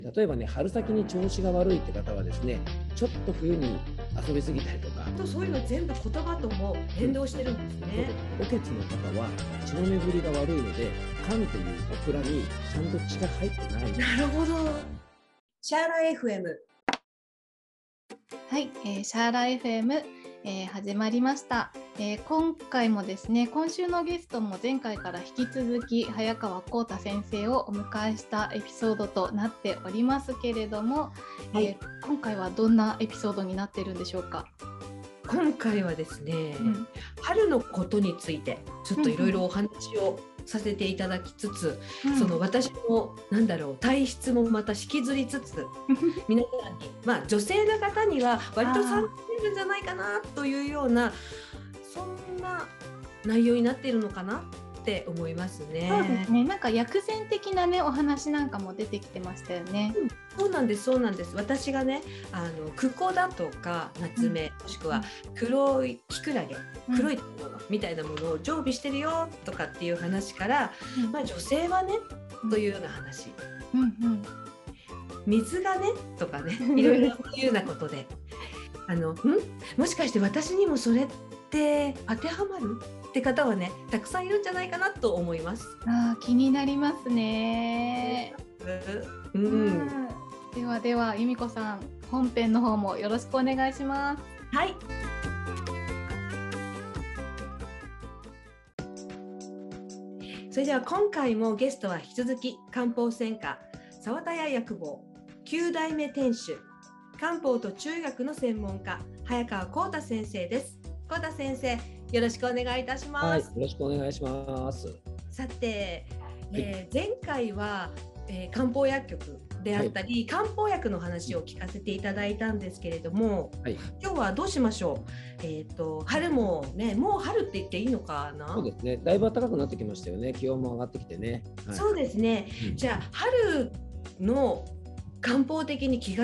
例えばね、春先に調子が悪いって方はですね、ちょっと冬に遊びすぎたりとか、 そういうの全部言葉とも連動してるんですね。 お血の方は血の巡りが悪いので、肝というオクラにちゃんと血が入ってない。 なるほど。シャーラ FM。 はい、シャーラ FM、始まりました。今回もですね、今週のゲストも前回から引き続き早川浩太先生をお迎えしたエピソードとなっておりますけれども、今回はどんなエピソードになっているんでしょうか。 今回はですね、春のことについてちょっといろいろお話をさせていただきつつ、その私の体質もまた引きずりつつ皆さんに、女性の方には割と参考になるんじゃないかなというような、そんな内容になっているのかなって思いますね。 そうですね。なんか薬膳的なねお話なんかも出てきてましたよね。 そうなんです、そうなんです。私がね、クコだとかナツメ、もしくは黒いキクラゲ、黒いものみたいなものを常備してるよとかっていう話から、女性はね、というような話、水がねとかね、いろいろというようなことでもしかして私にもそれって当てはまるって方はね、たくさんいるんじゃないかなと思います。 気になりますね。では由美子さん、本編の方もよろしくお願いします。 はい。それでは今回もゲストは引き続き漢方専科沢田屋薬房9代目店主、漢方と中学の専門家早川浩太先生です。浩太先生、よろしくお願いいたします。 よろしくお願いします。 さて、前回は、漢方薬局であったり、漢方薬の話を聞かせていただいたんですけれども、今日はどうしましょう。春もね、もう春って言っていいのかな。 そうですね、だいぶ暖かくなってきましたよね。気温も上がってきてね。 そうですね、じゃあ春の漢方的に気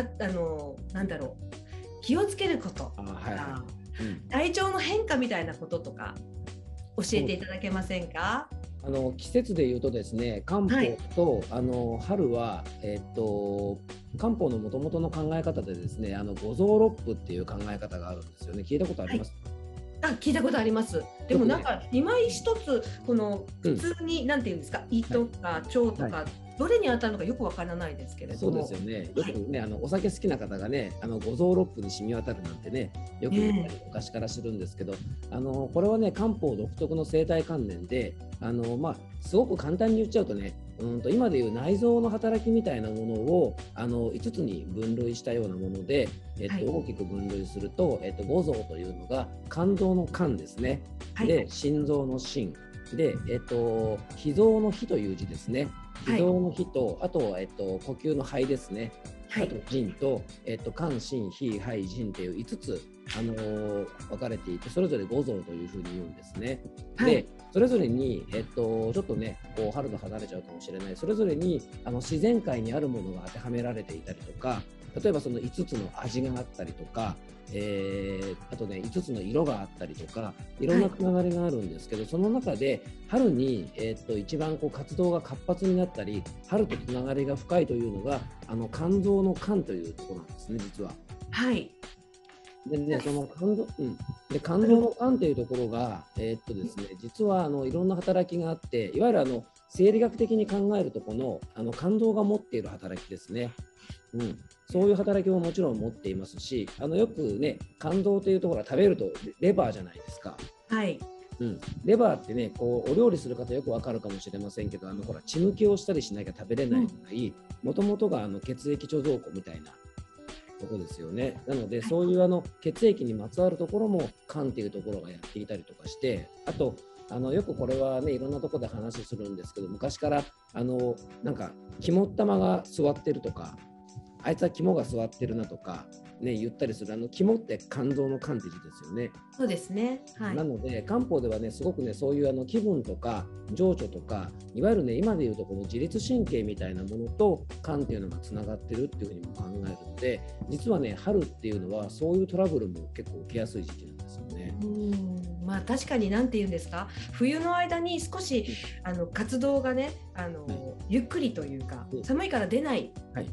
をつけること、体調の変化みたいなこととか教えていただけませんか。 季節でいうとですね、漢方と、春は、漢方の元々の考え方でですね、五臓六腑っていう考え方があるんですよね。聞いたことあります？ 聞いたことあります。でもなんか今一つこの普通になんていうんですか、胃とか腸とかどれに当たるのかよくわからないですけれども。 そうですよね。よくね、お酒好きな方がね、五臓六腑に染み渡るなんてね、よく言ったり昔からするんですけど、これはね、漢方独特の生態観念で、すごく簡単に言っちゃうとね、今でいう内臓の働きみたいなものを5つに分類したようなもので、大きく分類すると、五臓というのが肝臓の肝ですね。で、心臓の心で、脾臓の脾という字ですね。脾臓の脾と、あと、呼吸の肺ですね。あと腎と、肝心脾肺腎っていう5つ、分かれていて、それぞれ五臓というふうに言うんですね。でそれぞれに、ちょっとねこう春と離れちゃうかもしれない、それぞれに自然界にあるものが当てはめられていたりとか、例えばその5つの味があったりとか、あとね5つの色があったりとか、いろんなつながりがあるんですけど、その中で春に、一番こう活動が活発になったり、春とつながりが深いというのが肝臓の肝というところなんですね、実は。でね、その肝臓の肝っていうところが、ですね、実はいろんな働きがあって、いわゆる生理学的に考えるとこの肝臓が持っている働きですね。そういう働きももちろん持っていますし、よくね、肝臓というところは食べるとレバーじゃないですか。レバーってね、こうお料理する方よくわかるかもしれませんけど、ほら血抜きをしたりしなきゃ食べれないぐらい、もともとが血液貯蔵庫みたいなことですよね。なのでそういう血液にまつわるところも肝っていうところがやっていたりとかして、あとよくこれはねいろんなところで話するんですけど、昔からなんか肝っ玉が座ってるとか、あいつは肝が座ってるなとかね言ったりする、肝って肝臓の肝って字ですよね。 そうですね。 なので漢方ではねすごくねそういう気分とか情緒とか、いわゆるね今でいうとこの自律神経みたいなものと肝っていうのがつながってるっていうふうにも考えるので、実はね春っていうのはそういうトラブルも結構起きやすい時期なんですよね。 確かに何て言うんですか、冬の間に少し活動がねゆっくりというか、寒いから出ない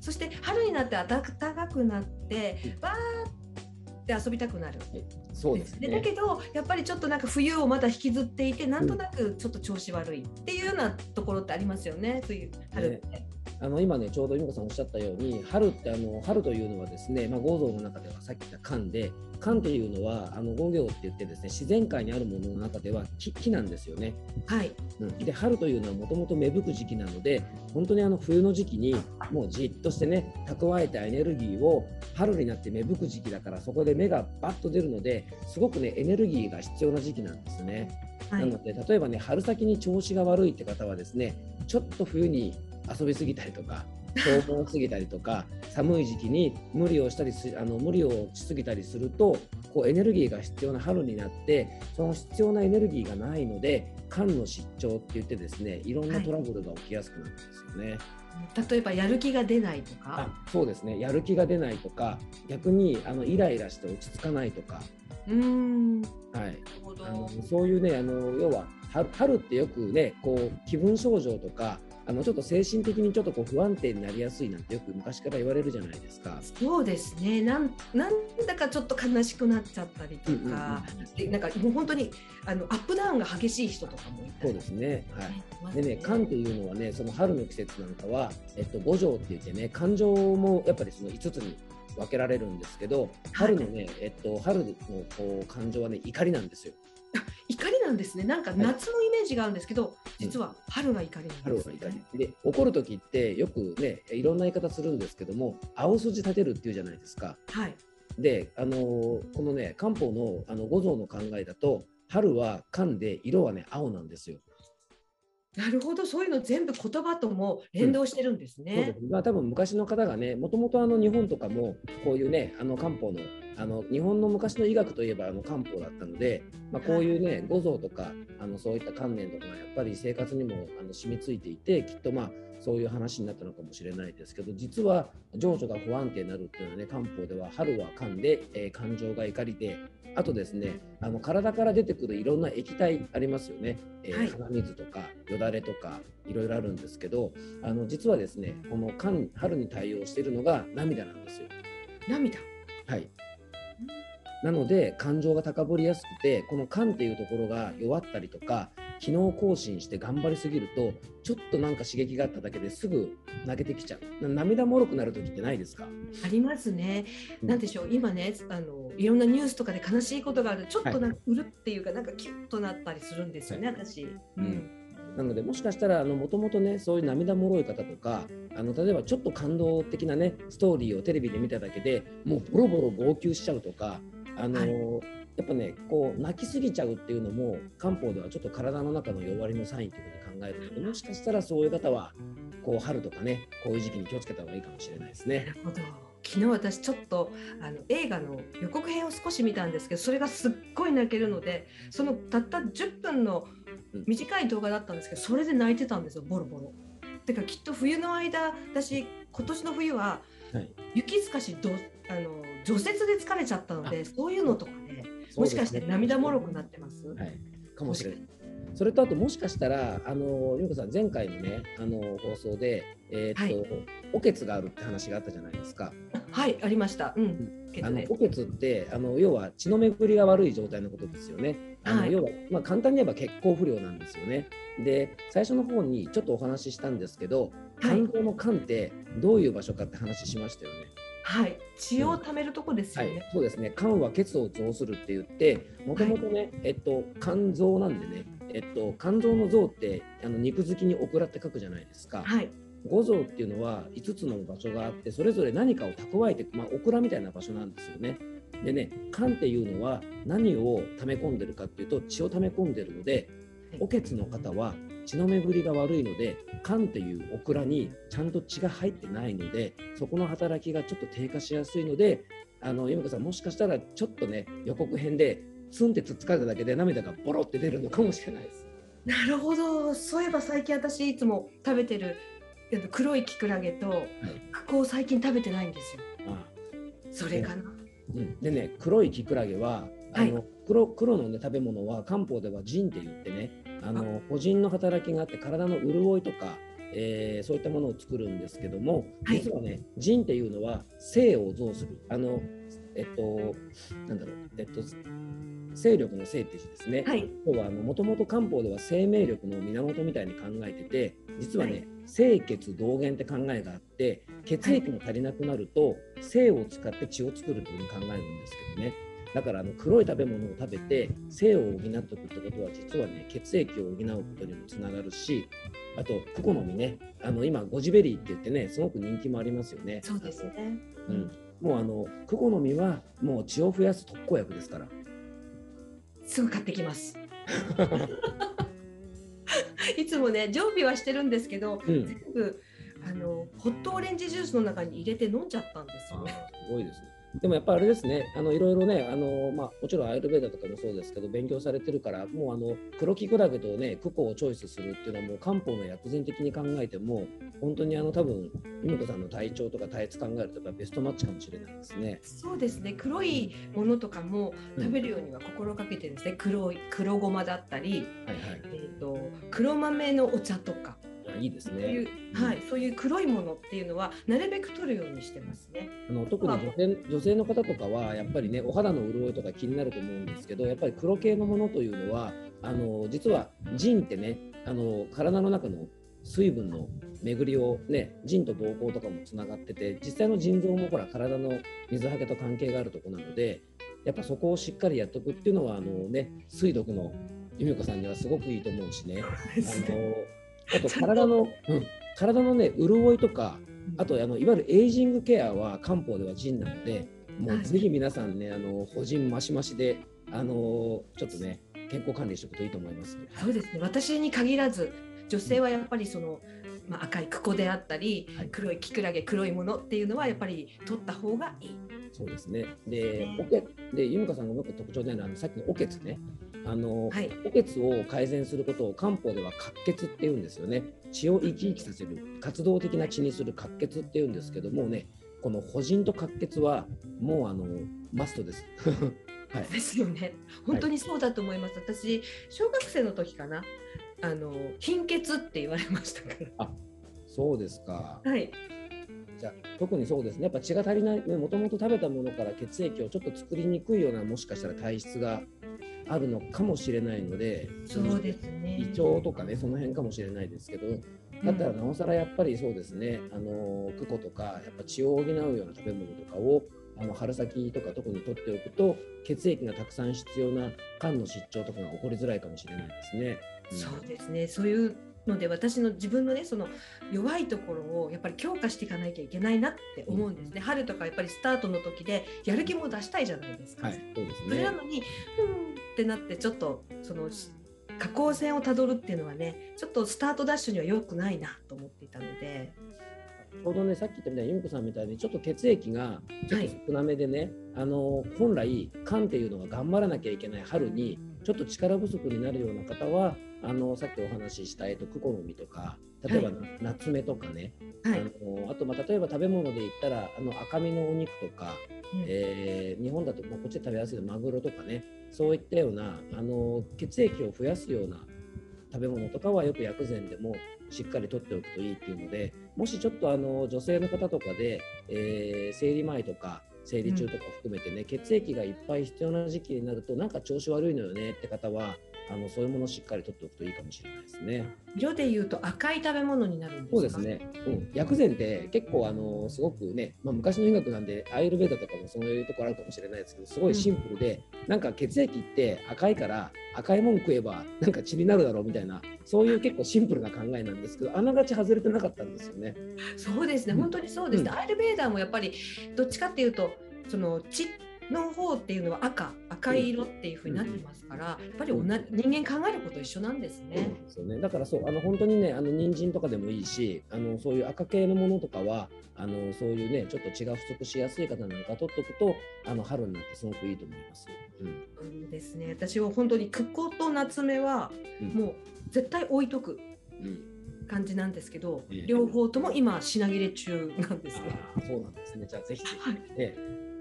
そして春になって暖かくなってわーって遊びたくなる。 そうですね。 だけどやっぱりちょっとなんか冬をまだ引きずっていて、なんとなくちょっと調子悪いっていうようなところってありますよね、冬春って。 今ねちょうど由美子さんおっしゃったように、春って春というのはですね、五行の中ではさっき言った寒で、寒っていうのは五行って言ってですね、自然界にあるものの中では木なんですよね。 はい。 で春というのはもともと芽吹く時期なので、本当に冬の時期にもうじっとしてね蓄えたエネルギーを春になって芽吹く時期だから、そこで芽がバッと出るので、すごくねエネルギーが必要な時期なんですね。はい、なので例えばね春先に調子が悪いって方はですね、ちょっと冬に遊びすぎたりとか消耗すぎたりとか寒い時期に無理をしすぎたりすると、こうエネルギーが必要な春になって、その必要なエネルギーがないので寒の失調って言ってですね、いろんなトラブルが起きやすくなるんですよね。 はい、例えばやる気が出ないとか。 そうですね、やる気が出ないとか、逆にイライラして落ち着かないとか。はい、そういうね要は春ってよくねこう気分症状とかちょっと精神的にちょっとこう不安定になりやすいなんてよく昔から言われるじゃないですか。 そうですね。なんだかちょっと悲しくなっちゃったりとか、なんかもう本当にアップダウンが激しい人とかもいたり。 そうですね。はい。でね、寒っていうのはね、その春の季節なんかは五条って言ってね、感情もやっぱりその5つに分けられるんですけど、春のね、春のこう感情はね怒りなんですよ。 怒りなんですね。なんか夏のイメージがあるんですけど、実は春が怒りなんですね。 春が怒りで、怒る時ってよくねいろんな言い方するんですけども、青筋立てるっていうじゃないですか。 はい。 でこのね漢方の五臓の考えだと、春は寒で色はね青なんですよ。 なるほど、そういうの全部言葉とも連動してるんですね。 そうです。多分昔の方がね、もともと日本とかもこういうね漢方の日本の昔の医学といえば漢方だったので、こういうね五臓とかそういった観念とかがやっぱり生活にも染みついていて、きっとそういう話になったのかもしれないですけど、実は情緒が不安定になるっていうのはね、漢方では春は寒で、感情が怒りで、あとですね体から出てくるいろんな液体ありますよね、鼻水とかよだれとかいろいろあるんですけど、実はですねこの春に対応しているのが涙なんですよ。 涙。 はい。なので感情が高ぶりやすくて、この寒っていうところが弱ったりとか、機能更新して頑張りすぎると、ちょっとなんか刺激があっただけですぐ泣けてきちゃう。涙もろくなる時ってないですか？ ありますね。なんでしょう、今ねいろんなニュースとかで悲しいことがあると、ちょっとなんかうるっていうか、なんかキュッとなったりするんですよね、私。 なのでもしかしたらもともとねそういう涙もろい方とか、例えばちょっと感動的なねストーリーをテレビで見ただけでもうボロボロ号泣しちゃうとか、やっぱねこう泣きすぎちゃうっていうのも漢方ではちょっと体の中の弱りのサインというふうに考えるので、もしかしたらそういう方はこう春とかねこういう時期に気をつけた方がいいかもしれないですね。 なるほど。昨日私ちょっと映画の予告編を少し見たんですけど、それがすっごい泣けるので、そのたった10分の短い動画だったんですけど、それで泣いてたんですよ、ボロボロ。だからきっと冬の間、私今年の冬は雪すかし除雪で疲れちゃったので、そういうのとかね、もしかして涙もろくなってます？ はい、かもしれない。それとあともしかしたら由子さん前回のね放送でおけつがあるって話があったじゃないですか。 はい、ありました。 おけつって要は血の巡りが悪い状態のことですよね。要は簡単に言えば血行不良なんですよね。で最初の方にちょっとお話ししたんですけど、肝臓の肝ってどういう場所かって話しましたよね。 はい、血をためるとこですよね。 そうですね。肝は血を増するって言って、もともとね、肝臓なんでね、肝臓の臓って肉付きにオクラって書くじゃないですか。 はい。 五臓っていうのは5つの場所があって、それぞれ何かを蓄えて、オクラみたいな場所なんですよね。でね、肝っていうのは何を溜め込んでるかっていうと血を溜め込んでるので、おけつの方は血の巡りが悪いので、肝っていうオクラにちゃんと血が入ってないので、そこの働きがちょっと低下しやすいので、由美子さんもしかしたらちょっとね予告編でツンってつっつかれただけで涙がボロって出るのかもしれないです。 なるほど。そういえば最近私いつも食べてる黒いキクラゲとクコを最近食べてないんですよ。それかな。 でね、黒いキクラゲは黒のね食べ物は漢方では腎って言ってね、補腎の働きがあって体の潤いとか、 そういったものを作るんですけども、 はい、 実はね、ジンっていうのは性を増する、なんだろう、勢力の勢って字ですね。 はい、 要はもともと漢方では生命力の源みたいに考えてて、実はね、 はい、 精血同源って考えがあって、血液が足りなくなると精を使って血を作るというふうに考えるんですけどね。だから黒い食べ物を食べて精を補っておくってことは、実はね、血液を補うことにもつながるし、あとクコの実ね、今ゴジベリーって言ってね、すごく人気もありますよね。 そうですね。 もうクコの実はもう血を増やす特効薬ですから。 すぐ買ってきます。いつもね、常備はしてるんですけど、全部ホットオレンジジュースの中に入れて飲んじゃったんですよね。 すごいですね。でもやっぱりあれですね、いろいろね、もちろんアイルベーダとかもそうですけど、勉強されてるから、もう黒キクラゲとね、クコをチョイスするっていうのは、もう漢方の薬膳的に考えても、本当に多分、由美子さんの体調とか体質考えると、ベストマッチかもしれないですね。 そうですね、黒いものとかも食べるようには心がけてるんですね。黒ごまだったり、黒豆のお茶とか。 いいですね。 そういう黒いものっていうのはなるべく取るようにしてますね。 特に女性の方とかはやっぱりね、お肌の潤いとか気になると思うんですけど、やっぱり黒系のものというのは実は腎ってね、体の中の水分の巡りをね、腎と膀胱とかもつながってて、実際の腎臓もほら体の水はけと関係があるところなので、やっぱそこをしっかりやっておくっていうのは水毒の由美子さんにはすごくいいと思うしね。あと体のね、潤いとか、あといわゆるエイジングケアは漢方では腎なので、もうぜひ皆さんね、補腎マシマシでちょっとね、健康管理しておくといいと思います。 そうですね、私に限らず女性はやっぱり赤いクコであったり、黒いキクラゲ、黒いものっていうのはやっぱり取った方がいい。 そうですね。で、由美子さんがもう一個特徴であるさっきのおけつね。おけつを改善することを漢方では活血っていうんですよね。血を生き生きさせる、活動的な血にする活血っていうんですけどもね、この補腎と活血はもうマストです。 はい、ですよね。本当にそうだと思います。私小学生の時かな、貧血って言われましたから。 あ、そうですか。 はい。 じゃあ特にそうですね。やっぱ血が足りない、もともと食べたものから血液をちょっと作りにくいような、もしかしたら体質があるのかもしれないので、 そうですね。 胃腸とかね、その辺かもしれないですけど、だったらなおさらやっぱりそうですね、クコとかやっぱ血を補うような食べ物とかを春先とか特に取っておくと、血液がたくさん必要な肝の失調とかが起こりづらいかもしれないですね。 そうですね。そういうので私の自分のね、その弱いところをやっぱり強化していかなきゃいけないなって思うんですね。春とかやっぱりスタートの時でやる気も出したいじゃないですか。 はい、そうですね。 それなのにってなって、ちょっとその下降線をたどるっていうのはね、ちょっとスタートダッシュには良くないなと思っていたので。 ちょうどね、さっき言ったみたいに由美子さんみたいにちょっと血液がちょっと少なめでね、本来肝っていうのが頑張らなきゃいけない春にちょっと力不足になるような方はさっきお話ししたクコの実とか、例えばナツメとかね、あと例えば食べ物で言ったら赤身のお肉とか、日本だとこっちで食べやすいマグロとかね、そういったような血液を増やすような食べ物とかはよく薬膳でもしっかりとっておくといいっていうので、もしちょっと女性の方とかで、生理前とか生理中とか含めてね、血液がいっぱい必要な時期になるとなんか調子悪いのよねって方はそういうものをしっかりとっておくといいかもしれないですね。 色でいうと赤い食べ物になるんですか？ そうですね。薬膳って結構すごくね、昔の医学なんでアイルベーダとかもそういうところあるかもしれないですけど、すごいシンプルで、なんか血液って赤いから赤いもん食えばなんか血になるだろうみたいな、そういう結構シンプルな考えなんですけど、あながち外れてなかったんですよね。 そうですね、本当にそうですね。アイルベーダーもやっぱりどっちかっていうとその血の方っていうのは赤い色っていう風になってますから、やっぱり人間考えること一緒なんですね。 そうですよね。だから本当にね、人参とかでもいいし、そういう赤系のものとかはそういうね、ちょっと血が不足しやすい方なんか取っておくと春になってすごくいいと思います。 そうですね。私は本当にクコとナツメはもう絶対置いとく感じなんですけど、両方とも今品切れ中なんですね。 そうなんですね。じゃあぜひ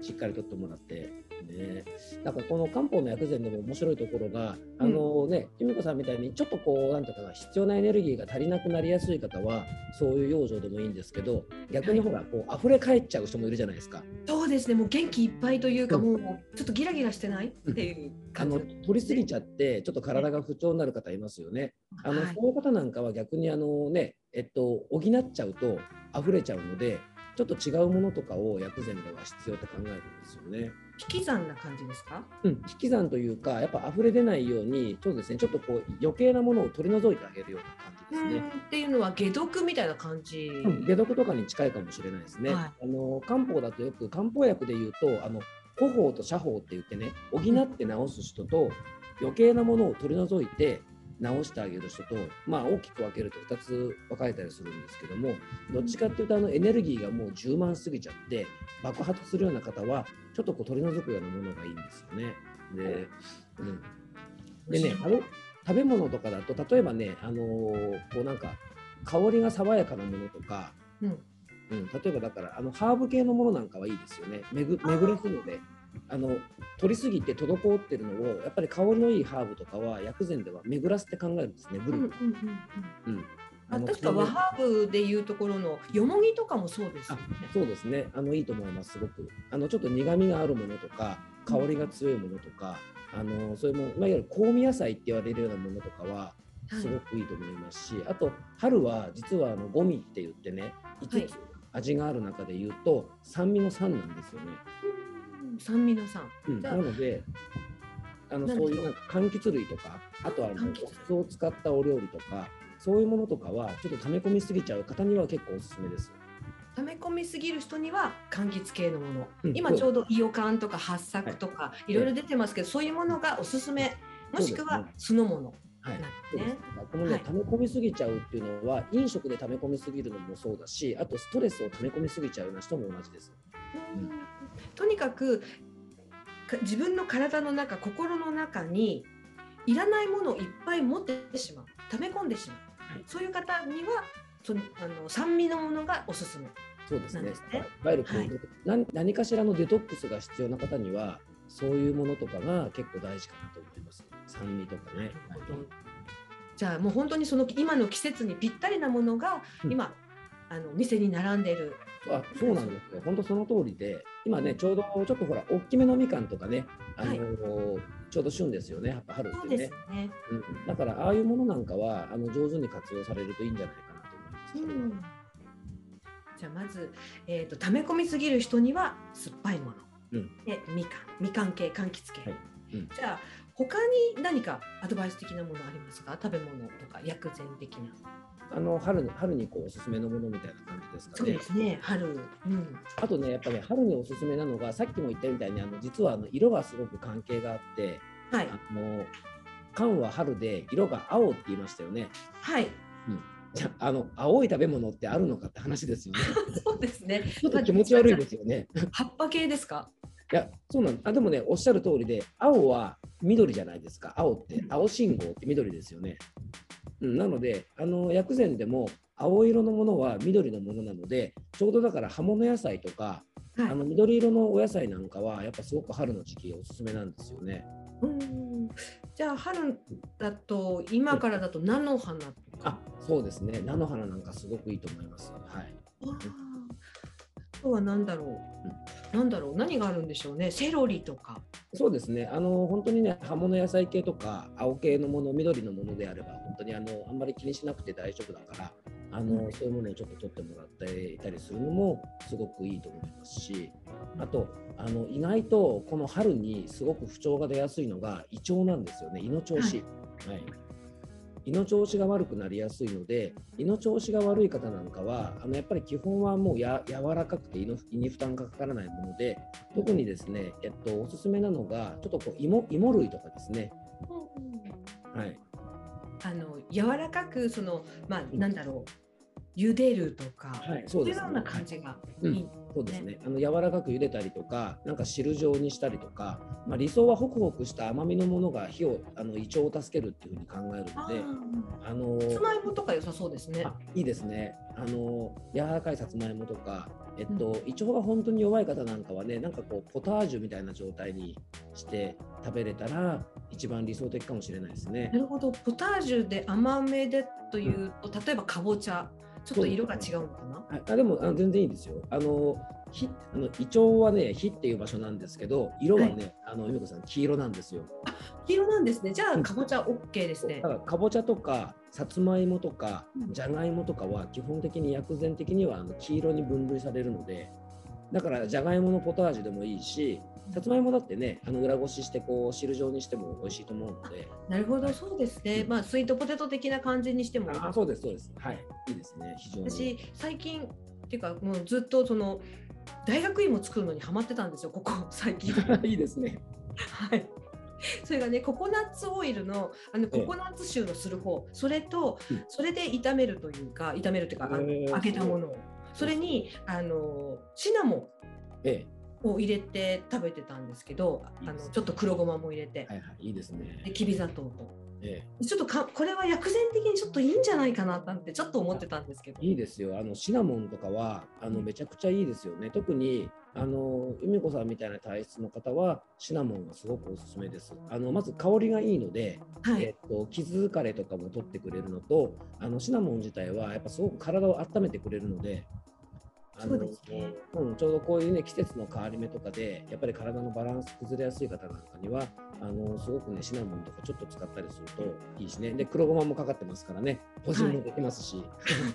しっかりとってもらって。ね、なんかこの漢方の薬膳でも面白いところが、由美子さんみたいにちょっとこうなんていうかな、必要なエネルギーが足りなくなりやすい方はそういう養生でもいいんですけど、逆にほらこう溢れ返っちゃう人もいるじゃないですか。 そうですね、もう元気いっぱいというか、もうちょっとギラギラしてないっていう感じ、 取りすぎちゃってちょっと体が不調になる方いますよね。そういう方なんかは逆に補っちゃうと溢れちゃうので、ちょっと違うものとかを薬膳では必要って考えるんですよね。 引き算な感じですか？ 引き算というか、やっぱ溢れ出ないように、そうですね、ちょっとこう余計なものを取り除いてあげるような感じですね。 っていうのは解毒みたいな感じ、 解毒とかに近いかもしれないですね。漢方だとよく漢方薬でいうと補法と写法って言ってね、補って治す人と余計なものを取り除いて治してあげる人と、大きく分けると2つ分かれたりするんですけども、どっちかっていうとエネルギーがもう充満すぎちゃって爆発するような方はちょっとこう取り除くようなものがいいんですよね。でね、食べ物とかだと例えばね、こうなんか香りが爽やかなものとか、例えばだからハーブ系のものなんかはいいですよね。巡らすので。取りすぎて滞ってるのをやっぱり香りのいいハーブとかは薬膳では巡らせて考えるんですね。 確か和ハーブでいうところのよもぎとかもそうですよね。 そうですね、いいと思います。すごくちょっと苦みがあるものとか香りが強いものとか、そういうもの、いわゆる香味野菜って言われるようなものとかはすごくいいと思いますし、あと春は実は五味って言ってね、5つ味がある中で言うと酸味の酸なんですよね。 酸味の酸、 なのでそういうなんか柑橘類とか、あとはお酢を使ったお料理とか、そういうものとかはちょっと溜め込みすぎちゃう方には結構おすすめです。 溜め込みすぎる人には柑橘系のもの、今ちょうどイオカンとか八朔とかいろいろ出てますけど、そういうものがおすすめ、もしくは酢の物。 このね、溜め込みすぎちゃうっていうのは飲食で溜め込みすぎるのもそうだし、あとストレスを溜め込みすぎちゃうような人も同じです。 とにかく自分の体の中、心の中にいらないものをいっぱい持ってしまう、溜め込んでしまう、そういう方には酸味のものがおすすめ。 そうですね。いわゆる何かしらのデトックスが必要な方にはそういうものとかが結構大事かなと思います。酸味とかね。 じゃあもう本当にその今の季節にぴったりなものが今、店に並んでいる。 そうなんですよ。本当その通りで、今ねちょうどちょっとほら大きめのみかんとかね、ちょうど旬ですよね。春ってね。そうですね。だからああいうものなんかは上手に活用されるといいんじゃないかなと思います。 じゃあまず溜め込みすぎる人には酸っぱいもの、でみかん系、柑橘系。じゃあ他に何かアドバイス的なものありますか？食べ物とか薬膳的な。 春にこうおすすめのものみたいな感じですかね。 そうですね、春。 あとね、やっぱり春におすすめなのが、さっきも言ったみたいに実は色がすごく関係があって、寒は春で色が青って言いましたよね。じゃ青い食べ物ってあるのかって話ですよね。 そうですね。 ちょっと気持ち悪いですよね。 葉っぱ系ですか？ いや、そうなんでもね、おっしゃる通りで、青は緑じゃないですか。青って青信号って緑ですよね。なので薬膳でも青色のものは緑のものなので、ちょうどだから葉物野菜とか、緑色のお野菜なんかはやっぱすごく春の時期おすすめなんですよね。 じゃあ春だと今からだと菜の花とか。 そうですね、菜の花なんかすごくいいと思います。 あとは何だろう、何があるんでしょうね。セロリとか。 そうですね、本当にね、葉物野菜系とか青系のもの、緑のものであれば本当にあんまり気にしなくて大丈夫だから、そういうものをちょっと取ってもらっていたりするのもすごくいいと思いますし、あと意外とこの春にすごく不調が出やすいのが胃腸なんですよね。胃の調子、胃の調子が悪くなりやすいので、胃の調子が悪い方なんかはやっぱり基本はもう柔らかくて胃に負担がかからないもので、特にですね、おすすめなのがちょっとこう芋類とかですね。 柔らかくなんだろう、 茹でるとか、 はい、そうですね。 そういうような感じがいい、ね、 そうですね。柔らかく茹でたりとか、なんか汁状にしたりとか、理想はホクホクした甘みのものが胃腸を助けるっていうふうに考えるので、 さつまいもとか良さそうですね。 いいですね。柔らかいさつまいもとか、胃腸が本当に弱い方なんかはね、なんかこうポタージュみたいな状態にして食べれたら一番理想的かもしれないですね。 なるほど。ポタージュで甘めでというと、例えばかぼちゃ、ちょっと色が違うのかな。 でも全然いいですよ。胃腸はね、火っていう場所なんですけど、色はね、由美子さん黄色なんですよ。 黄色なんですね。じゃあかぼちゃ OK ですね。 だからかぼちゃとかさつまいもとかじゃがいもとかは基本的に薬膳的には黄色に分類されるので、だからじゃがいものポタージュでもいいし、さつまいもだってね、裏ごししてこう汁状にしても美味しいと思うので。 なるほど、そうですね。スイートポテト的な感じにしても。 そうですそうです。はい、いいですね。非常に。 私最近っていうかもうずっとその大学芋作るのにハマってたんですよ、ここ最近。 いいですね。 はい。それがね、ココナッツオイルのココナッツ臭のする方、それと、それで炒めるというか揚げたものを、それにシナモンを入れて食べてたんですけど、ちょっと黒ごまも入れて、 いいですね。 できび砂糖と。ちょっとこれは薬膳的にちょっといいんじゃないかななんてちょっと思ってたんですけど。 いいですよ。シナモンとかはめちゃくちゃいいですよね。特に由美子さんみたいな体質の方はシナモンがすごくおすすめです。まず香りがいいので、傷疲れとかも取ってくれるのと、シナモン自体はやっぱすごく体を温めてくれるので。 そうですね。 ちょうどこういうね季節の変わり目とかでやっぱり体のバランス崩れやすい方なんかにはすごくねシナモンとかちょっと使ったりするといいしね。で黒ごまもかかってますからね、保湿もできますし、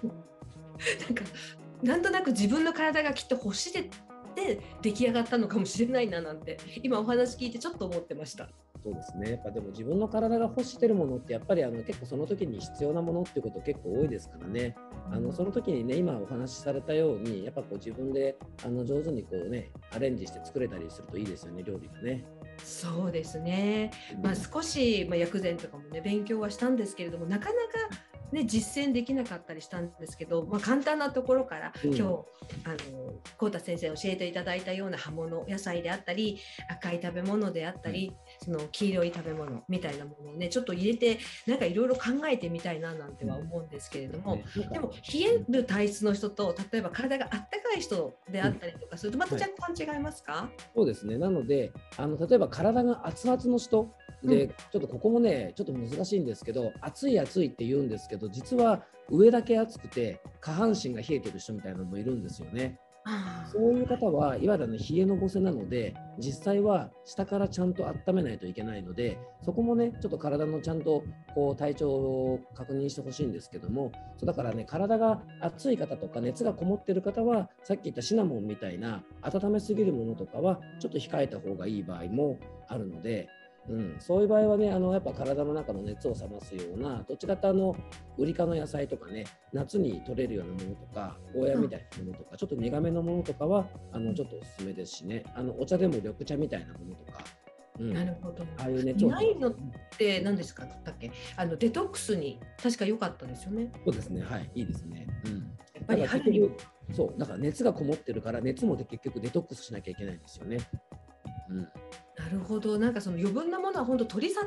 なんとなく自分の体がきっと欲して出来上がったのかもしれないななんて今お話聞いてちょっと思ってました。 そうですね。やっぱでも自分の体が欲してるものってやっぱり結構その時に必要なものっていうこと結構多いですからね。その時にね今お話しされたようにやっぱこう自分で上手にこうねアレンジして作れたりするといいですよね、料理がね。 そうですね。少し薬膳とかもね勉強はしたんですけれども、なかなかね、実践できなかったりしたんですけど、簡単なところから今日幸太先生教えていただいたような葉物野菜であったり赤い食べ物であったり、その黄色い食べ物みたいなものをねちょっと入れてなんかいろいろ考えてみたいななんては思うんですけれども、でも冷える体質の人と例えば体があったかい人であったりとかするとまた若干違いますか？ そうですね。なので例えば体が熱々の人で、ちょっとここもねちょっと難しいんですけど、暑い暑いって言うんですけど実は上だけ暑くて下半身が冷えてる人みたいなのもいるんですよね。そういう方はいわゆる冷えのぼせなので実際は下からちゃんと温めないといけないので、そこもねちょっと体のちゃんとこう体調を確認してほしいんですけども、そうだからね体が熱い方とか熱がこもってる方はさっき言ったシナモンみたいな温めすぎるものとかはちょっと控えた方がいい場合もあるので、そういう場合はねやっぱ体の中の熱を冷ますようなどちらかウリ科の野菜とかね、夏に取れるようなものとかゴーヤみたいなものとか、ちょっと苦めのものとかはちょっとおすすめですしね、お茶でも緑茶みたいなものとか。 なるほど。 ああいうねないのって何ですかだっけ、デトックスに確か良かったですよね。 そうですね、はい、いいですね。 やっぱり春にそうだから熱がこもってるから熱も結局デトックスしなきゃいけないんですよね。 なるほど。なんかその余分なものは本当取り去って、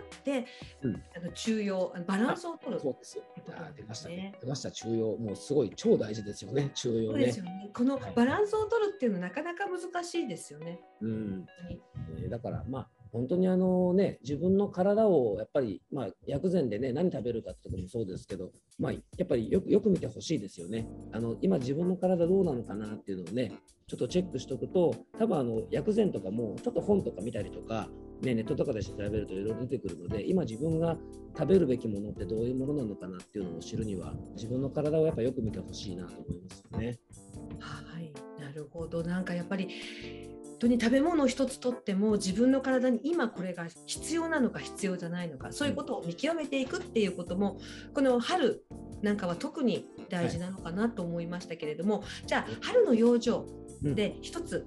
中庸バランスを取る。 そうですよ。出ましたね。出ました。中庸もうすごい超大事ですよね。中庸ね。 そうですよね。このバランスを取るっていうのはなかなか難しいですよね。 だから本当に自分の体をやっぱり薬膳でね何食べるかってところもそうですけど、やっぱりよく見てほしいですよね。今自分の体どうなのかなっていうのをねちょっとチェックしておくと、多分薬膳とかもちょっと本とか見たりとか、ネットとかで調べるといろいろ出てくるので、今自分が食べるべきものってどういうものなのかなっていうのを知るには自分の体をやっぱよく見てほしいなと思いますよね。 はい、なるほど。なんかやっぱり本当に食べ物を一つとっても自分の体に今これが必要なのか必要じゃないのか、そういうことを見極めていくっていうこともこの春なんかは特に大事なのかなと思いましたけれども、じゃあ春の養生で一つ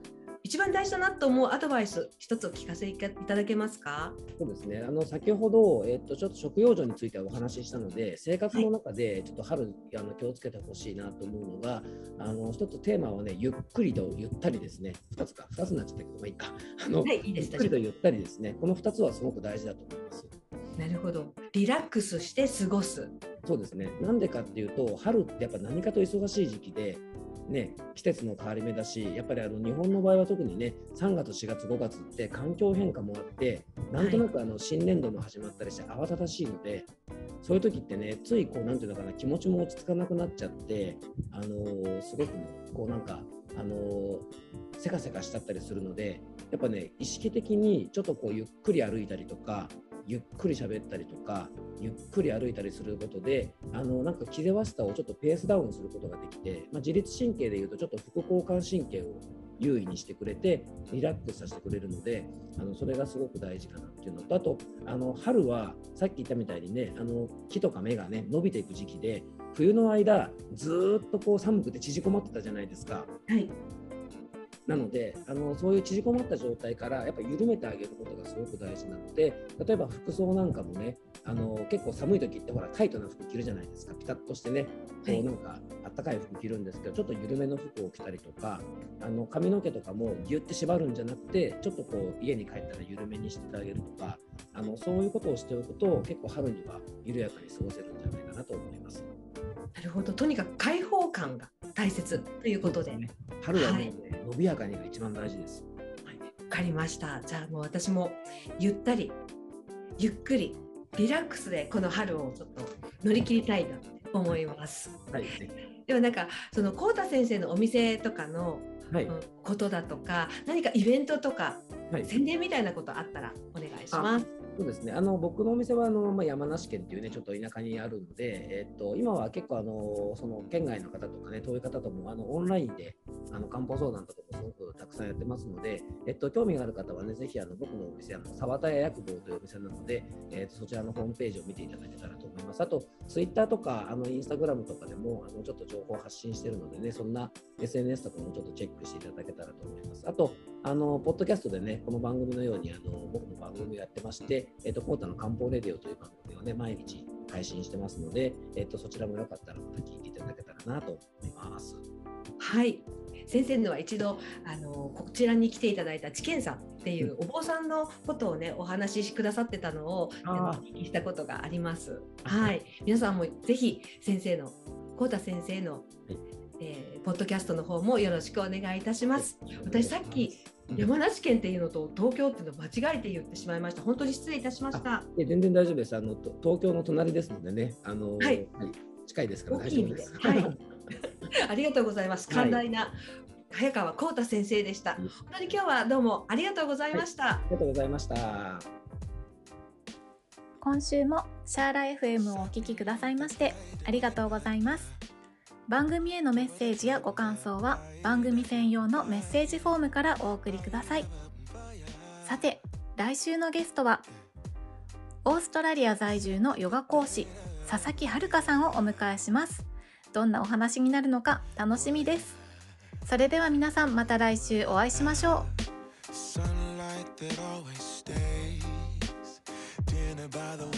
一番大事だなと思うアドバイス一つお聞かせいただけますか？ そうですね。先ほど、ちょっと食用女についてはお話ししたので、生活の中でちょっと春、気をつけてほしいなと思うのが、一つテーマはね、ゆっくりとゆったりですね。2つになっちゃったけど、まあいいか。 はい、いいです。 ゆっくりとゆったりですね。この2つはすごく大事だと思います。 なるほど。リラックスして過ごす。 そうですね。なんでかっていうと、春ってやっぱ何かと忙しい時期で、ね、季節の変わり目だし、やっぱり日本の場合は特にね、3月、4月、5月って環境変化もあって、なんとなく新年度も始まったりして慌ただしいので、そういう時ってね、ついなんていうのかな、気持ちも落ち着かなくなっちゃって、すごくね、せかせかしちゃったりするので、やっぱね、意識的にちょっとゆっくり歩いたりとか、ゆっくり喋ったりとか、ゆっくり歩いたりすることで、なんか気ぜわしさをちょっとペースダウンすることができて、自律神経でいうとちょっと副交感神経を優位にしてくれて、リラックスさせてくれるので、それがすごく大事かなっていうのと、あと春はさっき言ったみたいにね、木とか芽がね伸びていく時期で、冬の間ずっと寒くて縮こまってたじゃないですか。 はい。 なのでそういう縮こまった状態からやっぱり緩めてあげることがすごく大事なので、例えば服装なんかもね、結構寒い時ってほらタイトな服着るじゃないですか。ピタッとしてね、なんかあったかい服着るんですけど、ちょっと緩めの服を着たりとか、髪の毛とかもギュッて縛るんじゃなくて、ちょっと家に帰ったら緩めにしてあげるとか、そういうことをしておくと結構春には緩やかに過ごせるんじゃないかなと思います。 なるほど。とにかく開放感が大切ということで、 春はね、伸びやかにが一番大事です。 わかりました。じゃあもう私もゆったりゆっくりリラックスでこの春をちょっと乗り切りたいなと思います。 はい。 でもなんかその幸田先生のお店とかのことだとか、何かイベントとか、宣伝みたいなことあったらお願いします。 そうですね。僕のお店は山梨県っていうね、ちょっと田舎にあるので、今は結構その県外の方とかね、遠い方ともオンラインで漢方相談とかもすごくたくさんやってますので、興味がある方はね、ぜひ僕のお店沢田屋薬房というお店なので、そちらのホームページを見ていただけたらと思います。あとツイッターとかインスタグラムとかでもちょっと情報を発信しているのでね、そんな SNS とかもちょっとチェックしていただけたらと思います。あとポッドキャストでね、この番組のように僕の番組をやってまして、コータの漢方レディオという番組をね、毎日配信してますので、そちらもよかったらまた聞いていただけたらなと思います。 はい。先生のは一度こちらに来ていただいた知見さんっていうお坊さんのことをね、お話しくださってたのをお聞きしたことがあります。はい。皆さんもぜひ幸田先生の、ポッドキャストの方もよろしくお願いいたします。私さっき山梨県っていうのと東京っていうのを間違えて言ってしまいました。本当に失礼いたしました。 全然大丈夫です。東京の隣ですのでね、近いですから大丈夫です。 はい。ありがとうございます。寛大な早川幸太先生でした。本当に今日はどうもありがとうございました。 ありがとうございました。 今週もシャーラ FM をお聞きくださいましてありがとうございます。番組へのメッセージやご感想は番組専用のメッセージフォームからお送りください。さて、来週のゲストはオーストラリア在住のヨガ講師佐々木遥さんをお迎えします。どんなお話になるのか楽しみです。それでは皆さん、また来週お会いしましょう。